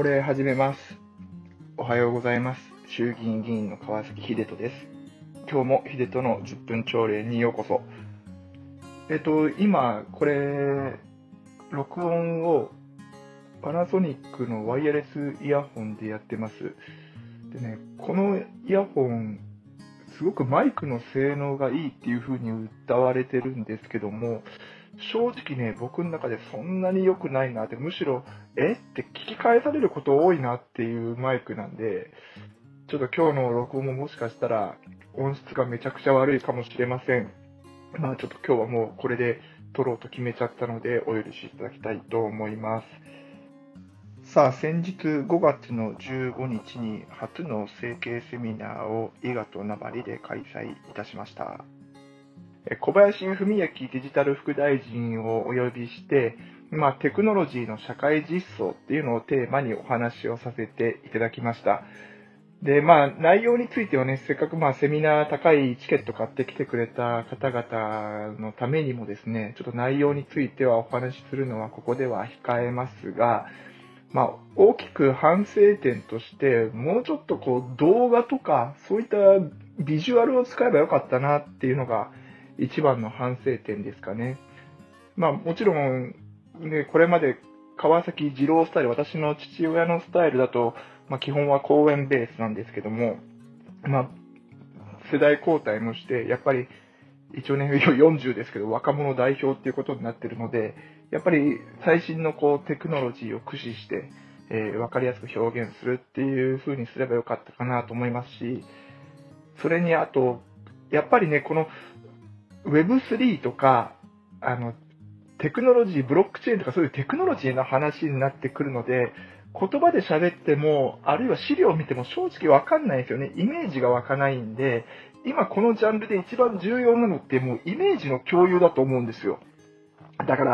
れ始めます。おはようございます。衆議院議員の川崎秀人です。今日も秀人の10分朝礼にようこそ。今これ録音をパナソニックのワイヤレスイヤホンでやってます。でね、このイヤホンすごくマイクの性能がいいっていう風に謳われてるんですけども、正直ね、僕の中でそんなに良くないなって、むしろって聞き返されること多いなっていうマイクなんで、ちょっと今日の録音ももしかしたら音質がめちゃくちゃ悪いかもしれません。ちょっと今日はもうこれで撮ろうと決めちゃったのでお許しいただきたいと思います。さあ、先日5月の15日に初の整形セミナーを伊賀と名張で開催いたしました。小林文明デジタル副大臣をお呼びして、テクノロジーの社会実装っていうのをテーマにお話をさせていただきました。で、内容についてはね、せっかくセミナー高いチケット買ってきてくれた方々のためにもですね、ちょっと内容についてはお話しするのはここでは控えますが、大きく反省点として、もうちょっと動画とか、そういったビジュアルを使えばよかったなっていうのが一番の反省点ですかね。もちろん、ね、これまで川崎二郎スタイル、私の父親のスタイルだと、基本は公園ベースなんですけども、世代交代もして、やっぱり一応ね、40ですけど、若者代表っていうことになっているので、やっぱり最新のテクノロジーを駆使して、わかりやすく表現するっていう風にすればよかったかなと思いますし、それにあと、やっぱりね、この Web3 とか、テクノロジー、ブロックチェーンとかそういうテクノロジーの話になってくるので、言葉で喋っても、あるいは資料を見ても正直わかんないですよね。イメージが湧かないんで、今このジャンルで一番重要なのってもうイメージの共有だと思うんですよ。だから、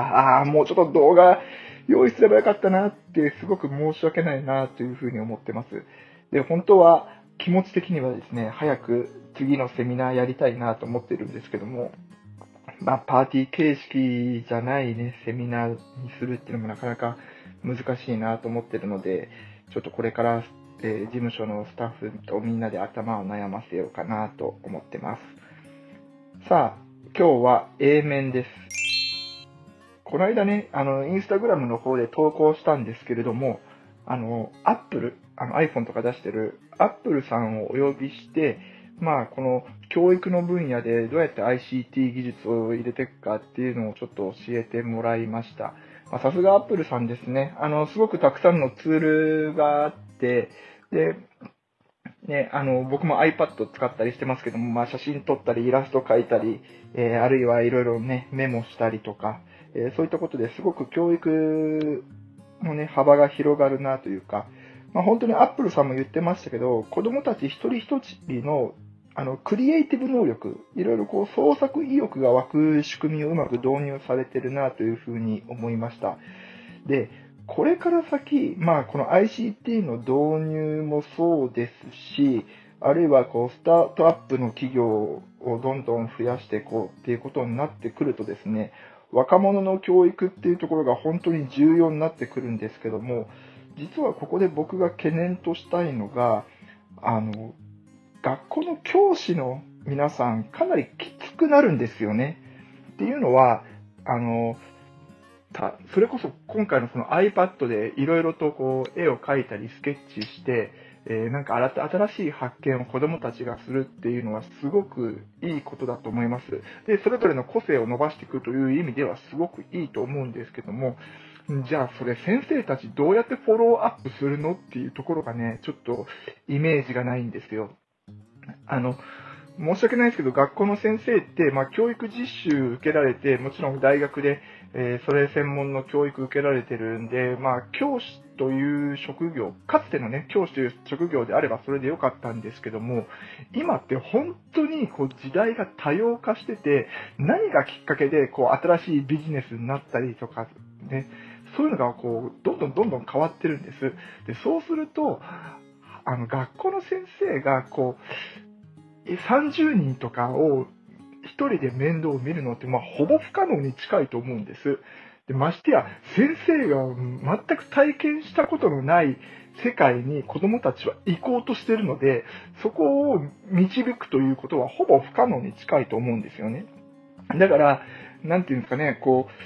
もうちょっと動画用意すればよかったなってすごく申し訳ないなというふうに思ってます。で、本当は気持ち的にはですね、早く次のセミナーやりたいなと思ってるんですけども、パーティー形式じゃないね、セミナーにするっていうのもなかなか難しいなと思ってるので、ちょっとこれから、事務所のスタッフとみんなで頭を悩ませようかなと思ってます。さあ、今日は A 面です。この間ね、インスタグラムの方で投稿したんですけれども、Apple、iPhone とか出してる Apple さんをお呼びして、この教育の分野でどうやって ICT 技術を入れていくかっていうのをちょっと教えてもらいました。さすが Apple さんですね。すごくたくさんのツールがあって、で、ね、僕も iPad 使ったりしてますけども、写真撮ったり、イラスト描いたり、あるいはいろいろね、メモしたりとか、そういったことですごく教育のね、幅が広がるなというか、本当に Apple さんも言ってましたけど、子供たち一人一人のクリエイティブ能力、いろいろ創作意欲が湧く仕組みをうまく導入されてるなというふうに思いました。で、これから先、この ICT の導入もそうですし、あるいはスタートアップの企業をどんどん増やしていこうっていうことになってくるとですね、若者の教育っていうところが本当に重要になってくるんですけども、実はここで僕が懸念としたいのが、学校の教師の皆さんかなりきつくなるんですよね。っていうのは、それこそ今回のその iPad でいろいろと絵を描いたりスケッチして、なんか新しい発見を子供たちがするっていうのはすごくいいことだと思います。で、それぞれの個性を伸ばしていくという意味ではすごくいいと思うんですけども、じゃあそれ先生たちどうやってフォローアップするのっていうところがね、ちょっとイメージがないんですよ。申し訳ないですけど、学校の先生って、教育実習受けられて、もちろん大学で、それ専門の教育受けられてるんで、教師という職業、かつてのね、教師という職業であればそれでよかったんですけども、今って本当に時代が多様化してて、何がきっかけで新しいビジネスになったりとか、ね、そういうのがどんどん変わってるんです。で、そうすると、学校の先生が30人とかを一人で面倒を見るのってほぼ不可能に近いと思うんです。 で、ましてや先生が全く体験したことのない世界に子供たちは行こうとしているので、そこを導くということはほぼ不可能に近いと思うんですよね。だから、なんていうんですかね、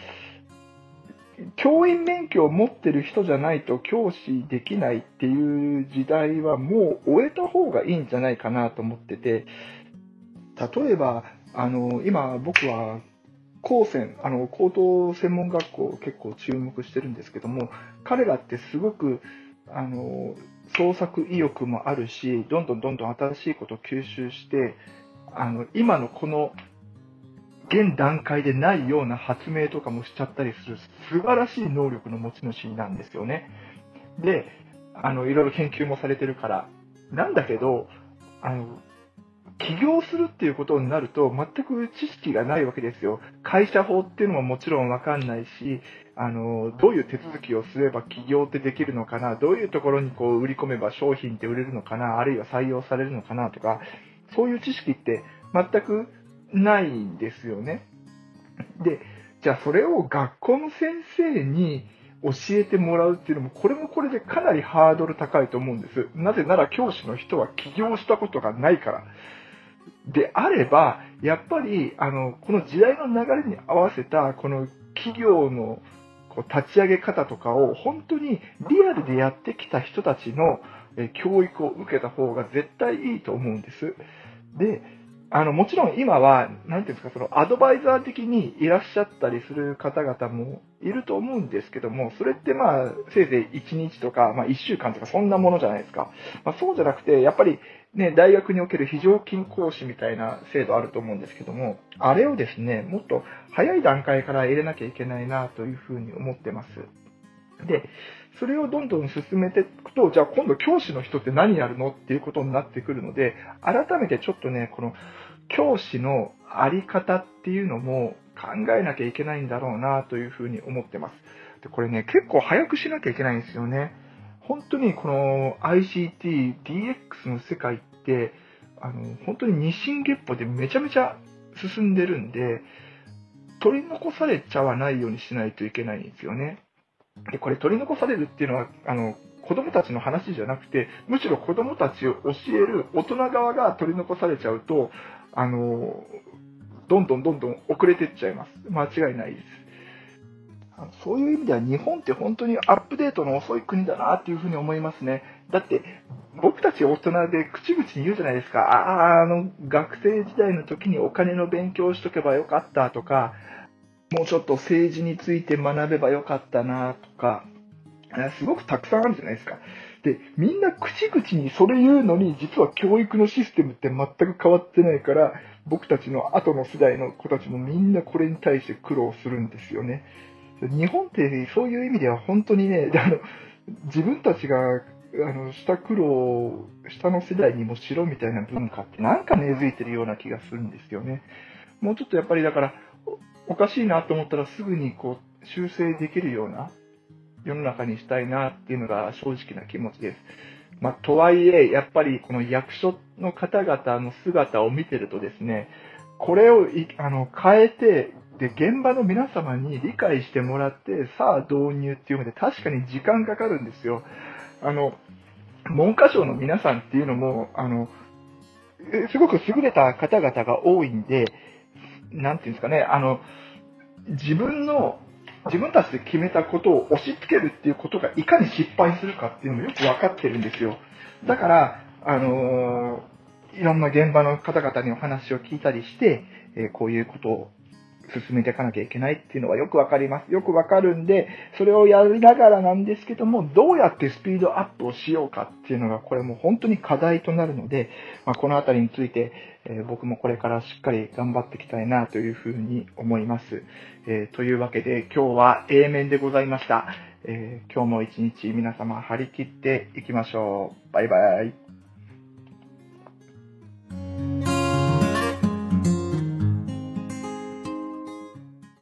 教員免許を持ってる人じゃないと教師できないっていう時代はもう終えた方がいいんじゃないかなと思ってて、例えば、今僕は高等専門学校を結構注目してるんですけども、彼らってすごく、創作意欲もあるし、どんどん新しいことを吸収して、今のこの現段階でないような発明とかもしちゃったりする素晴らしい能力の持ち主なんですよね。で、いろいろ研究もされてるから。なんだけど、起業するっていうことになると全く知識がないわけですよ。会社法っていうのももちろんわかんないし、どういう手続きをすれば起業ってできるのかな、どういうところに売り込めば商品って売れるのかな、あるいは採用されるのかなとか、そういう知識って全くないんですよね。で、じゃあそれを学校の先生に教えてもらうっていうのも、これもこれでかなりハードル高いと思うんです。なぜなら教師の人は起業したことがないから。であれば、やっぱり、この時代の流れに合わせた、この企業の立ち上げ方とかを本当にリアルでやってきた人たちの教育を受けた方が絶対いいと思うんです。で、もちろん今は、なんていうんですか、そのアドバイザー的にいらっしゃったりする方々もいると思うんですけども、それってせいぜい1日とか、1週間とかそんなものじゃないですか。そうじゃなくて、やっぱりね、大学における非常勤講師みたいな制度あると思うんですけども、あれをですね、もっと早い段階から入れなきゃいけないなというふうに思ってます。で、それをどんどん進めていくと、じゃあ今度教師の人って何やるのっていうことになってくるので、改めてちょっとね、この教師のあり方っていうのも考えなきゃいけないんだろうなというふうに思ってます。で、これね、結構早くしなきゃいけないんですよね。本当にこの ICT、DX の世界って、本当に日進月歩でめちゃめちゃ進んでるんで、取り残されちゃわないようにしないといけないんですよね。で、これ取り残されるっていうのは、子供たちの話じゃなくて、むしろ子供たちを教える大人側が取り残されちゃうと、どんどん遅れていっちゃいます。間違いないです。そういう意味では日本って本当にアップデートの遅い国だなっていうふうに思いますね。だって僕たち大人で口々に言うじゃないですか。学生時代の時にお金の勉強をしとけばよかったとか、もうちょっと政治について学べばよかったなとか、すごくたくさんあるじゃないですか。で、みんな口々にそれ言うのに、実は教育のシステムって全く変わってないから、僕たちの後の世代の子たちもみんなこれに対して苦労するんですよね。日本ってそういう意味では本当にね、自分たちがした苦労を下の世代にもしろみたいな文化ってなんか根付いてるような気がするんですよね。もうちょっとやっぱりだからおかしいなと思ったらすぐに修正できるような世の中にしたいなっていうのが正直な気持ちです。とはいえ、やっぱりこの役所の方々の姿を見てるとですね、これを変えて、で、現場の皆様に理解してもらって、さあ導入っていうので確かに時間かかるんですよ。文科省の皆さんっていうのも、すごく優れた方々が多いんで、なんていうんですかね、自分たちで決めたことを押し付けるっていうことがいかに失敗するかっていうのもよく分かってるんですよ。だから、いろんな現場の方々にお話を聞いたりして、こういうことを進めていかなきゃいけないっていうのはよくわかります。よくわかるんで、それをやりながらなんですけども、どうやってスピードアップをしようかっていうのが、これも本当に課題となるので、このあたりについて、僕もこれからしっかり頑張っていきたいなというふうに思います。というわけで、今日は A 面でございました。今日も一日皆様張り切っていきましょう。バイバイ。